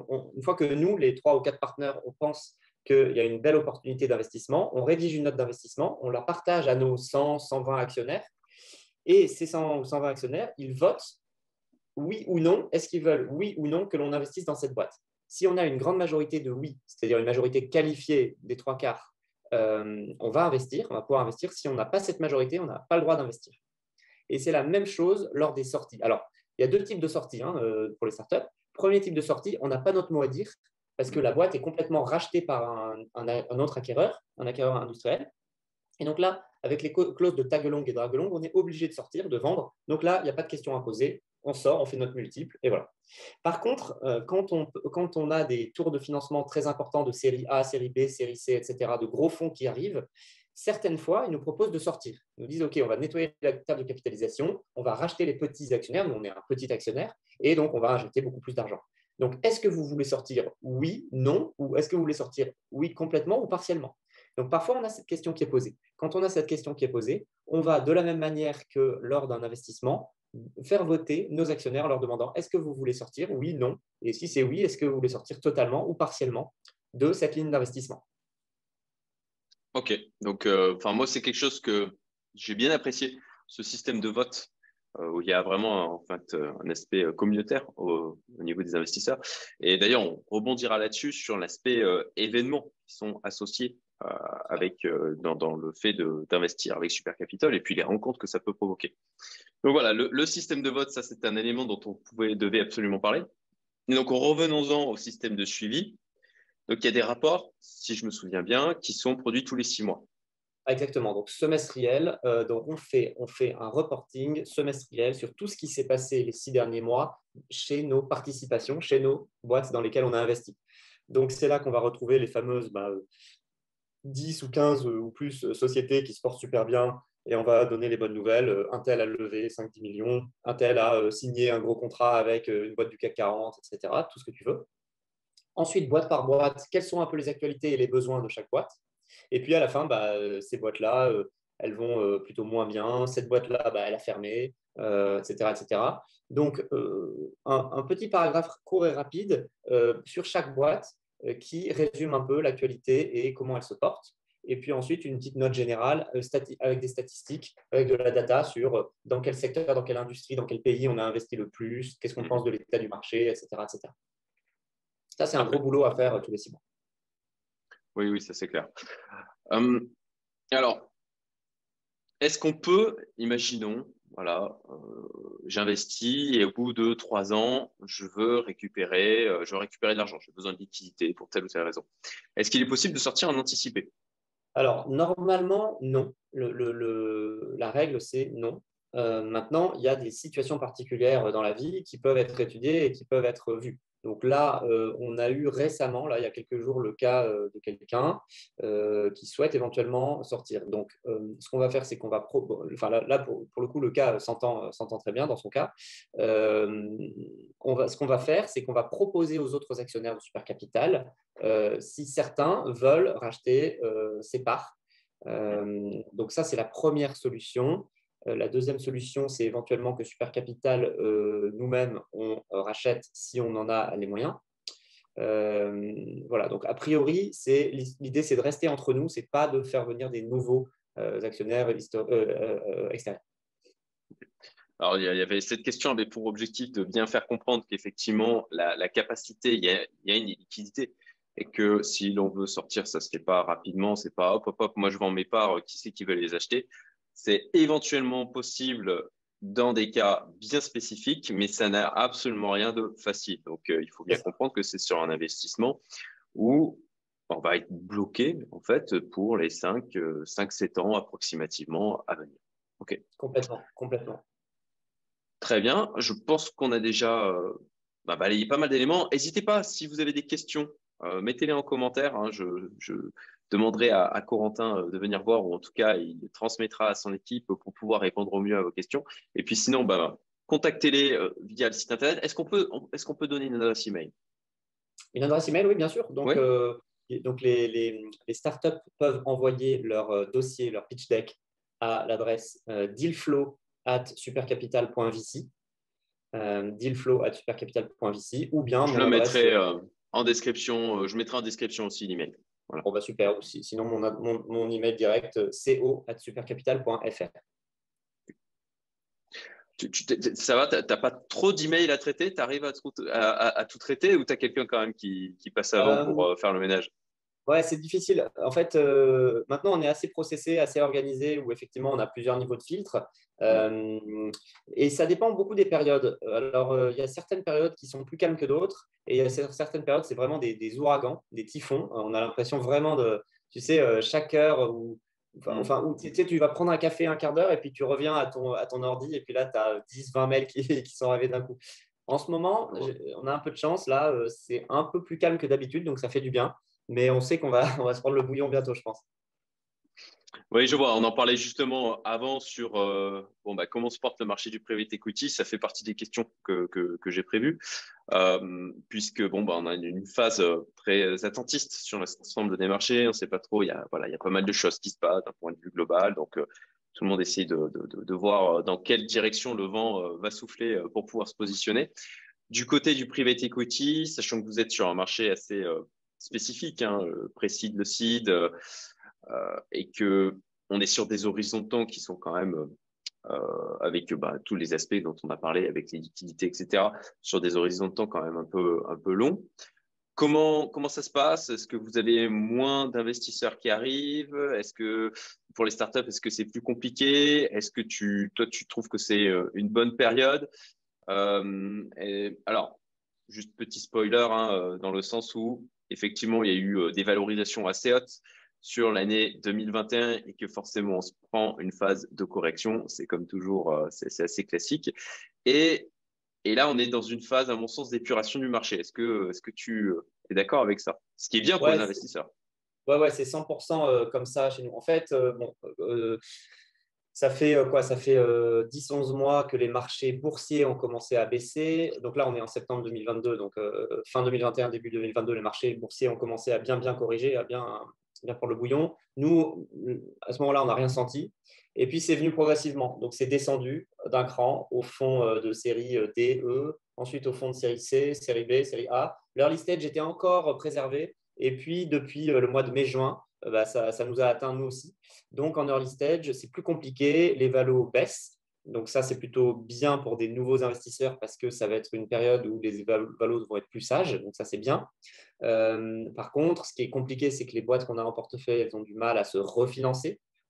Speaker 2: que nous, les 3 ou 4 partenaires, on pense qu'il y a une belle opportunité d'investissement, on rédige une note d'investissement, on la partage à nos 100, 120 actionnaires, et ces 100 ou 120 actionnaires, ils votent oui ou non, est-ce qu'ils veulent oui ou non que l'on investisse dans cette boîte. Si on a une grande majorité de oui, c'est-à-dire une majorité qualifiée des 3 quarts, on va investir, on va pouvoir investir. Si on n'a pas cette majorité, on n'a pas le droit d'investir. Et c'est la même chose lors des sorties. Alors, il y a 2 types de sorties hein, pour les startups. Premier type de sortie, on n'a pas notre mot à dire parce que la boîte est complètement rachetée par un autre acquéreur, un acquéreur industriel. Et donc là, avec les clauses de tag along et drag along, on est obligé de sortir, de vendre. Donc là, il n'y a pas de question à poser. On sort, on fait notre multiple et voilà. Par contre, quand on a des tours de financement très importants de série A, série B, série C, etc., de gros fonds qui arrivent, certaines fois, ils nous proposent de sortir. Ils nous disent, OK, on va nettoyer la table de capitalisation, on va racheter les petits actionnaires, nous on est un petit actionnaire, et donc on va injecter beaucoup plus d'argent. Donc, est-ce que vous voulez sortir oui, non, ou est-ce que vous voulez sortir oui complètement ou partiellement? Donc, parfois, on a cette question qui est posée. Quand on a cette question qui est posée, on va, de la même manière que lors d'un investissement, faire voter nos actionnaires en leur demandant est-ce que vous voulez sortir? Oui, non. Et si c'est oui, est-ce que vous voulez sortir totalement ou partiellement de cette ligne d'investissement?
Speaker 1: Ok. Donc, moi, c'est quelque chose que j'ai bien apprécié, ce système de vote, où il y a vraiment, en fait, un aspect communautaire au niveau des investisseurs. Et d'ailleurs, on rebondira là-dessus sur l'aspect événements qui sont associés dans le fait d'investir avec Super Capital et puis les rencontres que ça peut provoquer. Donc voilà, le système de vote, ça, c'est un élément dont devait absolument parler. Et donc, en revenons-en au système de suivi. Donc, il y a des rapports, si je me souviens bien, qui sont produits tous les 6 mois.
Speaker 2: Exactement. Donc, semestriel. Donc, on fait un reporting semestriel sur tout ce qui s'est passé les 6 derniers mois chez nos participations, chez nos boîtes dans lesquelles on a investi. Donc, c'est là qu'on va retrouver les fameuses 10 ou 15 ou plus sociétés qui se portent super bien et on va donner les bonnes nouvelles. Un tel a levé 5-10 millions, un tel a signé un gros contrat avec une boîte du CAC 40, etc. Tout ce que tu veux. Ensuite, boîte par boîte, quelles sont un peu les actualités et les besoins de chaque boîte. Et puis à la fin, ces boîtes-là, elles vont plutôt moins bien. Cette boîte-là, elle a fermé, etc., etc. Donc, un petit paragraphe court et rapide sur chaque boîte qui résume un peu l'actualité et comment elle se porte. Et puis ensuite, une petite note générale avec des statistiques, avec de la data sur dans quel secteur, dans quelle industrie, dans quel pays on a investi le plus, qu'est-ce qu'on pense de l'état du marché, etc., etc. Ça, c'est un gros
Speaker 1: Parfait.
Speaker 2: boulot à faire tous les 6 mois.
Speaker 1: Oui, oui, ça c'est clair. Alors, est-ce qu'on peut, imaginons, voilà, j'investis et au bout de 3 ans, je veux récupérer de l'argent, j'ai besoin de liquidité pour telle ou telle raison. Est-ce qu'il est possible de sortir en anticipé?
Speaker 2: Alors, normalement, non. La règle, c'est non. Maintenant, il y a des situations particulières dans la vie qui peuvent être étudiées et qui peuvent être vues. Donc là, on a eu récemment, là, il y a quelques jours, le cas de quelqu'un qui souhaite éventuellement sortir. Donc, ce qu'on va faire, c'est qu'on va… Enfin, là pour le coup, le cas s'entend très bien dans son cas. Ce qu'on va faire, c'est qu'on va proposer aux autres actionnaires de Super Capital si certains veulent racheter ces parts. Donc ça, c'est la première solution. La deuxième solution, c'est éventuellement que Super Capital, nous-mêmes, on rachète si on en a les moyens. Voilà, donc a priori, l'idée, c'est de rester entre nous, c'est pas de faire venir des nouveaux actionnaires extérieurs.
Speaker 1: Alors, il y avait cette question avait pour objectif de bien faire comprendre qu'effectivement, la capacité, il y a une liquidité et que si l'on veut sortir, ça se fait pas rapidement, c'est pas hop, hop, hop, moi je vends mes parts, qui c'est qui veut les acheter? C'est éventuellement possible dans des cas bien spécifiques, mais ça n'a absolument rien de facile. Donc, il faut bien comprendre que c'est sur un investissement où on va être bloqué, en fait, pour les 7 ans approximativement à venir. OK.
Speaker 2: Complètement, complètement.
Speaker 1: Très bien. Je pense qu'on a déjà balayé pas mal d'éléments. N'hésitez pas, si vous avez des questions, mettez-les en commentaire, hein. Je demanderai à Corentin de venir voir, ou en tout cas, il transmettra à son équipe pour pouvoir répondre au mieux à vos questions. Et puis sinon, contactez-les via le site internet. Est-ce qu'on peut donner une adresse email?
Speaker 2: Une adresse email, oui, bien sûr. Donc,
Speaker 1: Oui.
Speaker 2: les startups peuvent envoyer leur dossier, leur pitch deck à l'adresse dealflow@supercapital.vc, dealflow@supercapital.vc, ou bien
Speaker 1: Je
Speaker 2: mon
Speaker 1: le
Speaker 2: adresse.
Speaker 1: mettrai en description. Je mettrai en description aussi l'email. Voilà.
Speaker 2: Bon, bah, super. Sinon, mon email direct, co@supercapital.fr.
Speaker 1: Ça va, t'as pas trop d'emails à traiter, tu arrives à tout traiter ou tu as quelqu'un quand même qui passe avant pour
Speaker 2: Euh,
Speaker 1: faire le ménage?
Speaker 2: Ouais, c'est difficile. En fait, maintenant, on est assez processé, assez organisé, où effectivement, on a plusieurs niveaux de filtres.
Speaker 1: Hmm.
Speaker 2: Et ça dépend beaucoup des périodes. Alors, il y a certaines périodes qui sont plus calmes que d'autres. Et il y a certaines périodes, c'est vraiment des ouragans, des typhons. On a l'impression vraiment de, tu sais, chaque heure,
Speaker 1: Hmm.
Speaker 2: où tu sais, tu vas prendre un café un quart d'heure et puis tu reviens à ton ordi. Et puis là, tu as 10, 20 mails qui sont arrivés d'un coup. En ce moment, on a un peu de chance. Là, c'est un peu plus calme que d'habitude, donc ça fait du bien. Mais on sait qu'on va, on va se prendre le bouillon bientôt, je pense.
Speaker 1: Oui, je vois. On en parlait justement avant sur comment se porte le marché du private equity. Ça fait partie des questions que j'ai prévues, puisque on a une phase très attentiste sur l'ensemble des marchés. On ne sait pas trop. Il y a pas mal de choses qui se passent d'un point de vue global. Donc, tout le monde essaie de voir dans quelle direction le vent va souffler pour pouvoir se positionner. Du côté du private equity, sachant que vous êtes sur un marché assez spécifique, hein, précis de le seed, et que on est sur des horizons de temps qui sont quand même avec tous les aspects dont on a parlé, avec les liquidités, etc., sur des horizons de temps quand même un peu longs. Comment ça se passe? Est-ce que vous avez moins d'investisseurs qui arrivent? Est-ce que pour les startups, est-ce que c'est plus compliqué? Est-ce que toi, tu trouves que c'est une bonne période? Alors, juste petit spoiler, hein, dans le sens où effectivement, il y a eu des valorisations assez hautes sur l'année 2021 et que forcément, on se prend une phase de correction. C'est comme toujours, c'est assez classique. Et, et là, on est dans une phase, à mon sens, d'épuration du marché. Est-ce que tu es d'accord avec ça? Ce qui est bien pour
Speaker 2: Ouais,
Speaker 1: les investisseurs.
Speaker 2: ouais, c'est 100% comme ça chez nous. En fait, ça fait quoi? Ça fait 10-11 mois que les marchés boursiers ont commencé à baisser. Donc là, on est en septembre 2022. Donc fin 2021, début 2022, les marchés boursiers ont commencé à bien corriger, à bien prendre le bouillon. Nous, à ce moment-là, on n'a rien senti. Et puis, c'est venu progressivement. Donc, c'est descendu d'un cran au fond de série D, E, ensuite au fond de série C, série B, série A. L'early stage était encore préservé. Et puis, depuis le mois de mai-juin, ça nous a atteint nous aussi. Donc, en early stage, c'est plus compliqué, les valos baissent. Donc, ça, c'est plutôt bien pour des nouveaux investisseurs parce que ça va être une période où les valos vont être plus sages. Donc, ça, c'est bien. Par contre, ce qui est compliqué, c'est que les boîtes qu'on a en portefeuille, elles ont du mal à se refinancer.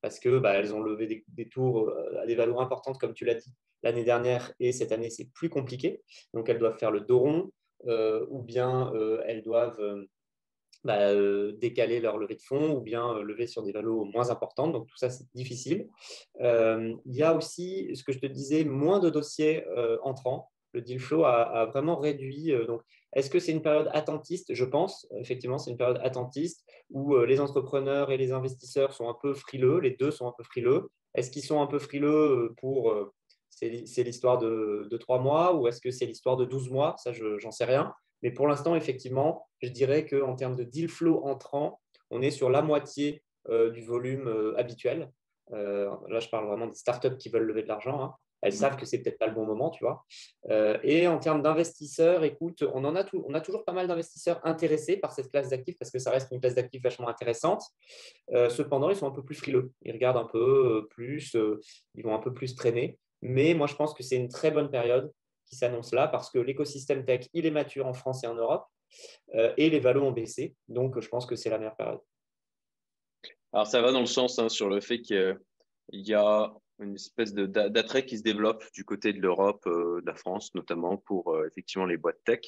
Speaker 2: parce que elles ont levé des tours à des valeurs importantes, comme tu l'as dit, l'année dernière, et cette année, c'est plus compliqué. Donc, elles doivent faire le dos rond, ou bien elles doivent décaler leur levée de fonds, ou bien lever sur des valos moins importantes. Donc, tout ça, c'est difficile. Il y a aussi, ce que je te disais, moins de dossiers entrants. Le deal flow a vraiment réduit. Donc, est-ce que c'est une période attentiste? Je pense, effectivement, c'est une période attentiste où les entrepreneurs et les investisseurs sont un peu frileux. Les deux sont un peu frileux. Est-ce qu'ils sont un peu frileux c'est l'histoire de 3 mois, ou est-ce que c'est l'histoire de 12 mois? Ça, j'en sais rien. Mais pour l'instant, effectivement, je dirais qu'en termes de deal flow entrant, on est sur la moitié du volume habituel. Là, je parle vraiment des startups qui veulent lever de l'argent, hein. Elles savent que c'est peut-être pas le bon moment, tu vois. Et en termes d'investisseurs, écoute, on a toujours pas mal d'investisseurs intéressés par cette classe d'actifs, parce que ça reste une classe d'actifs vachement intéressante. Cependant, ils sont un peu plus frileux. Ils regardent un peu plus, ils vont un peu plus traîner. Mais moi, je pense que c'est une très bonne période qui s'annonce là, parce que l'écosystème tech, il est mature en France et en Europe, et les valos ont baissé. Donc, je pense que c'est la meilleure période.
Speaker 1: Alors, ça va dans le sens sur le fait qu'il y a une espèce d'attrait qui se développe du côté de l'Europe, de la France notamment, pour effectivement les boîtes tech.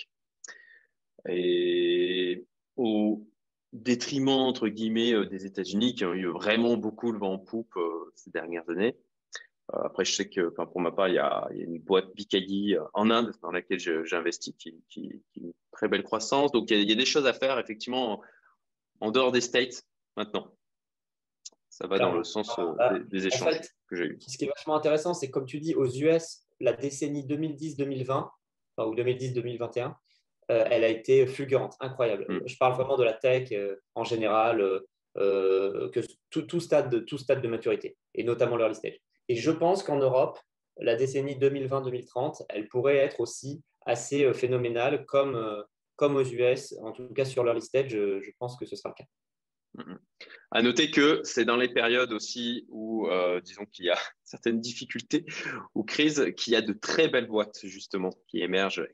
Speaker 1: Et au détriment, entre guillemets, des États-Unis qui ont eu vraiment beaucoup le vent en poupe ces dernières années. Après, je sais que, enfin, pour ma part, il y a une boîte Picadi en Inde dans laquelle j'investis qui a une très belle croissance. Donc, il y a des choses à faire, effectivement, en dehors des States maintenant. Ça va dans le
Speaker 2: Clairement.
Speaker 1: sens des
Speaker 2: En
Speaker 1: échanges
Speaker 2: fait,
Speaker 1: que j'ai eus.
Speaker 2: ce qui est vachement intéressant, c'est que, comme tu dis, aux US, la décennie 2010-2020, enfin, ou 2010-2021, elle a été fulgurante, incroyable.
Speaker 1: Mm.
Speaker 2: Je parle vraiment de la tech en général, que tout stade de maturité, et notamment l'early stage. Et je pense qu'en Europe, la décennie 2020-2030, elle pourrait être aussi assez phénoménale, comme aux US, en tout cas sur l'early stage, je pense que ce sera le cas.
Speaker 1: Mm. À noter que c'est dans les périodes aussi où, disons qu'il y a certaines difficultés ou crises, qu'il y a de très belles boîtes justement qui émergent,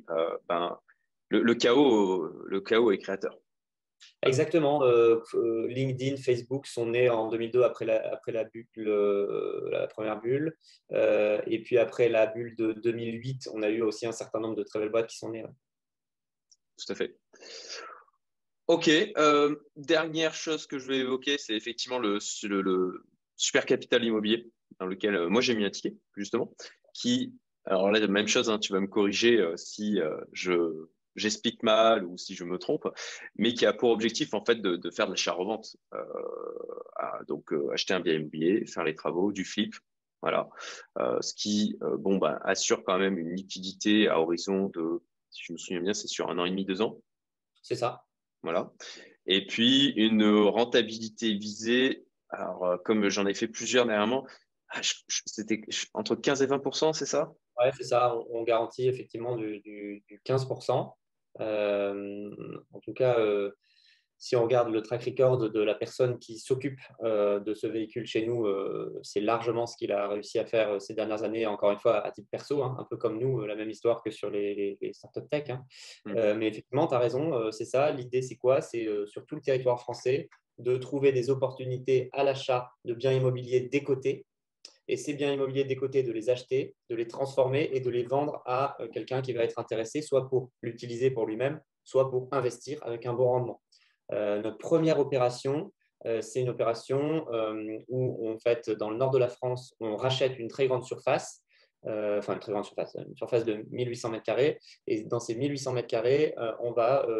Speaker 1: le chaos est créateur.
Speaker 2: Exactement. LinkedIn, Facebook sont nés en 2002 après la bulle, la première bulle. Et puis après la bulle de 2008, on a eu aussi un certain nombre de très belles boîtes qui sont nées. Ouais.
Speaker 1: Tout à fait. Ok, dernière chose que je vais évoquer, c'est effectivement le super capital immobilier dans lequel moi j'ai mis un ticket, justement, qui, alors là, même chose, hein, tu vas me corriger si j'explique mal ou si je me trompe, mais qui a pour objectif en fait de faire de l'achat-revente. Donc acheter un bien immobilier, faire les travaux, du flip, voilà. Ce qui assure quand même une liquidité à horizon de, si je me souviens bien, c'est sur 1 an et demi, 2 ans.
Speaker 2: C'est ça.
Speaker 1: Voilà. Et puis, une rentabilité visée. Alors, comme j'en ai fait plusieurs dernièrement, c'était entre 15 et 20%, c'est ça?
Speaker 2: Ouais, c'est ça. On garantit effectivement du 15%. En tout cas, si on regarde le track record de la personne qui s'occupe de ce véhicule chez nous, c'est largement ce qu'il a réussi à faire ces dernières années, encore une fois, à titre perso, hein, un peu comme nous, la même histoire que sur les startups tech. Hein. Mais effectivement, tu as raison, c'est ça. L'idée, c'est quoi? C'est sur tout le territoire français de trouver des opportunités à l'achat de biens immobiliers décotés, et ces biens immobiliers décotés, de les acheter, de les transformer et de les vendre à quelqu'un qui va être intéressé, soit pour l'utiliser pour lui-même, soit pour investir avec un bon rendement. Notre première opération, c'est une opération où, en fait, dans le nord de la France, on rachète une très grande surface, enfin une très grande surface, une surface de 1800 mètres carrés. Et dans ces 1800 mètres carrés, on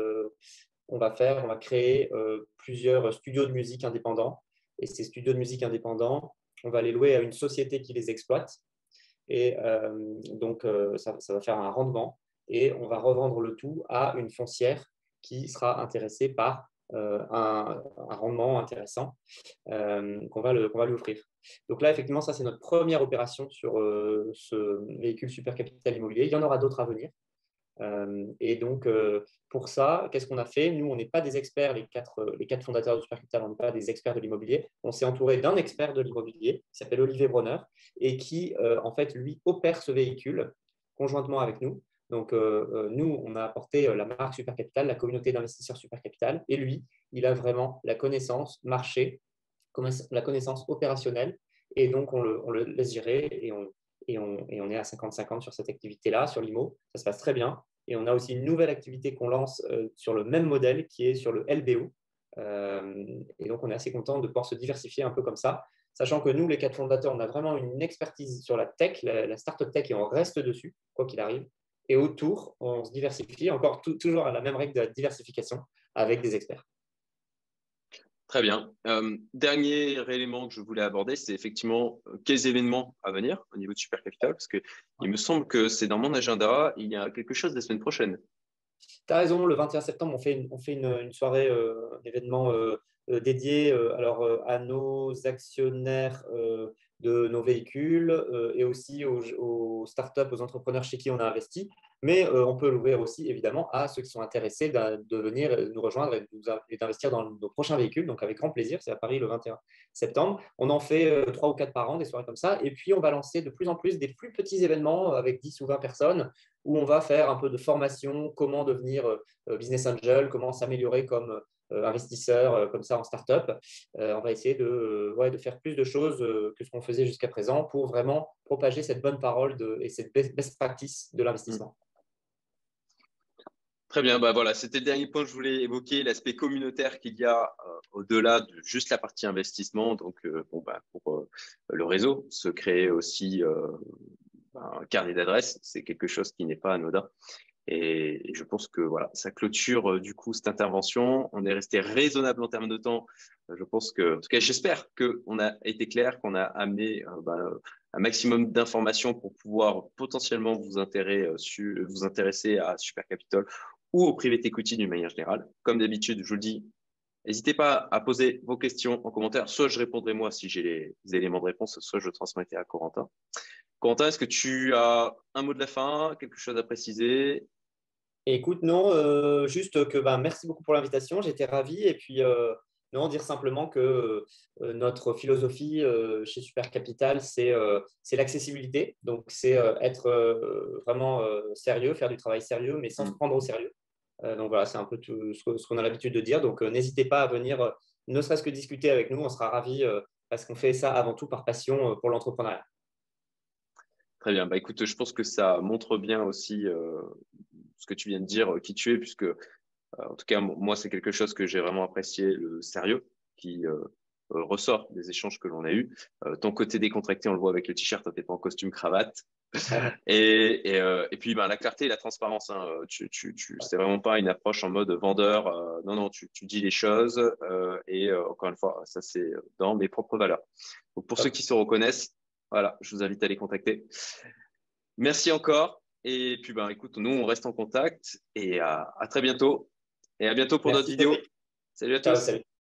Speaker 2: va créer plusieurs studios de musique indépendants. Et ces studios de musique indépendants, on va les louer à une société qui les exploite. Et donc, ça va faire un rendement. Et on va revendre le tout à une foncière qui sera intéressée par un rendement intéressant qu'on va lui offrir. Donc là, effectivement, ça, c'est notre première opération sur ce véhicule super capital immobilier. Il y en aura d'autres à venir. Et donc, pour ça, qu'est-ce qu'on a fait? Nous, on n'est pas des experts, les quatre fondateurs de Supercapital, on n'est pas des experts de l'immobilier. On s'est entouré d'un expert de l'immobilier qui s'appelle Olivier Bronner et qui, en fait, lui, opère ce véhicule conjointement avec nous. Donc, nous, on a apporté la marque Supercapital, la communauté d'investisseurs Supercapital, et lui, il a vraiment la connaissance marché la connaissance opérationnelle. Et donc, on le laisse gérer et on est à 50-50 sur cette activité-là, sur l'IMO. Ça se passe très bien. Et on a aussi une nouvelle activité qu'on lance sur le même modèle qui est sur le LBO. Et donc, on est assez content de pouvoir se diversifier un peu comme ça, sachant que nous, les 4 fondateurs, on a vraiment une expertise sur la tech, la startup tech, et on reste dessus, quoi qu'il arrive. Et autour, on se diversifie, encore toujours à la même règle de la diversification, avec des experts.
Speaker 1: Très bien. Dernier élément que je voulais aborder, c'est effectivement quels événements à venir au niveau de Super Capital, parce que il me semble que c'est dans mon agenda, il y a quelque chose la semaine prochaine.
Speaker 2: Tu as raison, le 21 septembre, on fait une soirée, un événement dédié à nos actionnaires de nos véhicules et aussi aux startups, aux entrepreneurs chez qui on a investi. Mais on peut l'ouvrir aussi, évidemment, à ceux qui sont intéressés de venir nous rejoindre et d'investir dans nos prochains véhicules. Donc, avec grand plaisir, c'est à Paris le 21 septembre. On en fait 3 ou 4 par an, des soirées comme ça. Et puis, on va lancer de plus en plus des plus petits événements avec 10 ou 20 personnes où on va faire un peu de formation, comment devenir business angel, comment s'améliorer comme investisseur comme ça en startup. On va essayer de faire plus de choses que ce qu'on faisait jusqu'à présent pour vraiment propager cette bonne parole et cette best practice de l'investissement.
Speaker 1: Très bien, bah voilà, c'était le dernier point que je voulais évoquer, l'aspect communautaire qu'il y a au-delà de juste la partie investissement. Donc, pour le réseau, se créer aussi un carnet d'adresses, c'est quelque chose qui n'est pas anodin. Et je pense que voilà, ça clôture du coup cette intervention. On est resté raisonnable en termes de temps. Je pense que, en tout cas, j'espère qu'on a été clair, qu'on a amené un maximum d'informations pour pouvoir potentiellement vous intéresser à Super Capital ou au private equity d'une manière générale. Comme d'habitude, je vous le dis, n'hésitez pas à poser vos questions en commentaire. Soit je répondrai moi si j'ai les éléments de réponse, soit je transmettrai à Corentin. Corentin, est-ce que tu as un mot de la fin, quelque chose à préciser?
Speaker 2: Et écoute, non, juste que merci beaucoup pour l'invitation, j'étais ravi. Et puis, non, dire simplement que notre philosophie chez Super Capital, c'est l'accessibilité. Donc, c'est être vraiment sérieux, faire du travail sérieux, mais sans se prendre au sérieux. Donc, voilà, c'est un peu tout ce qu'on a l'habitude de dire. Donc, n'hésitez pas à venir, ne serait-ce que discuter avec nous, on sera ravis parce qu'on fait ça avant tout par passion pour l'entrepreneuriat.
Speaker 1: Très bien. Bah, écoute, je pense que ça montre bien aussi ce que tu viens de dire, qui tu es, puisque, en tout cas, moi, c'est quelque chose que j'ai vraiment apprécié, le sérieux qui ressort des échanges que l'on a eus. Ton côté décontracté, on le voit avec le t-shirt, tu n'es pas en costume cravate. Et puis, la clarté et la transparence. Hein, c'est vraiment pas une approche en mode vendeur. Non, non, tu dis les choses. Encore une fois, ça, c'est dans mes propres valeurs. Donc, pour ceux qui se reconnaissent, voilà, je vous invite à les contacter. Merci encore. Et puis, écoute, nous, on reste en contact et à très bientôt. Et à bientôt pour d'autres
Speaker 2: Merci,
Speaker 1: vidéos.
Speaker 2: Cédric.
Speaker 1: Salut à
Speaker 2: Ciao,
Speaker 1: tous.
Speaker 2: salut.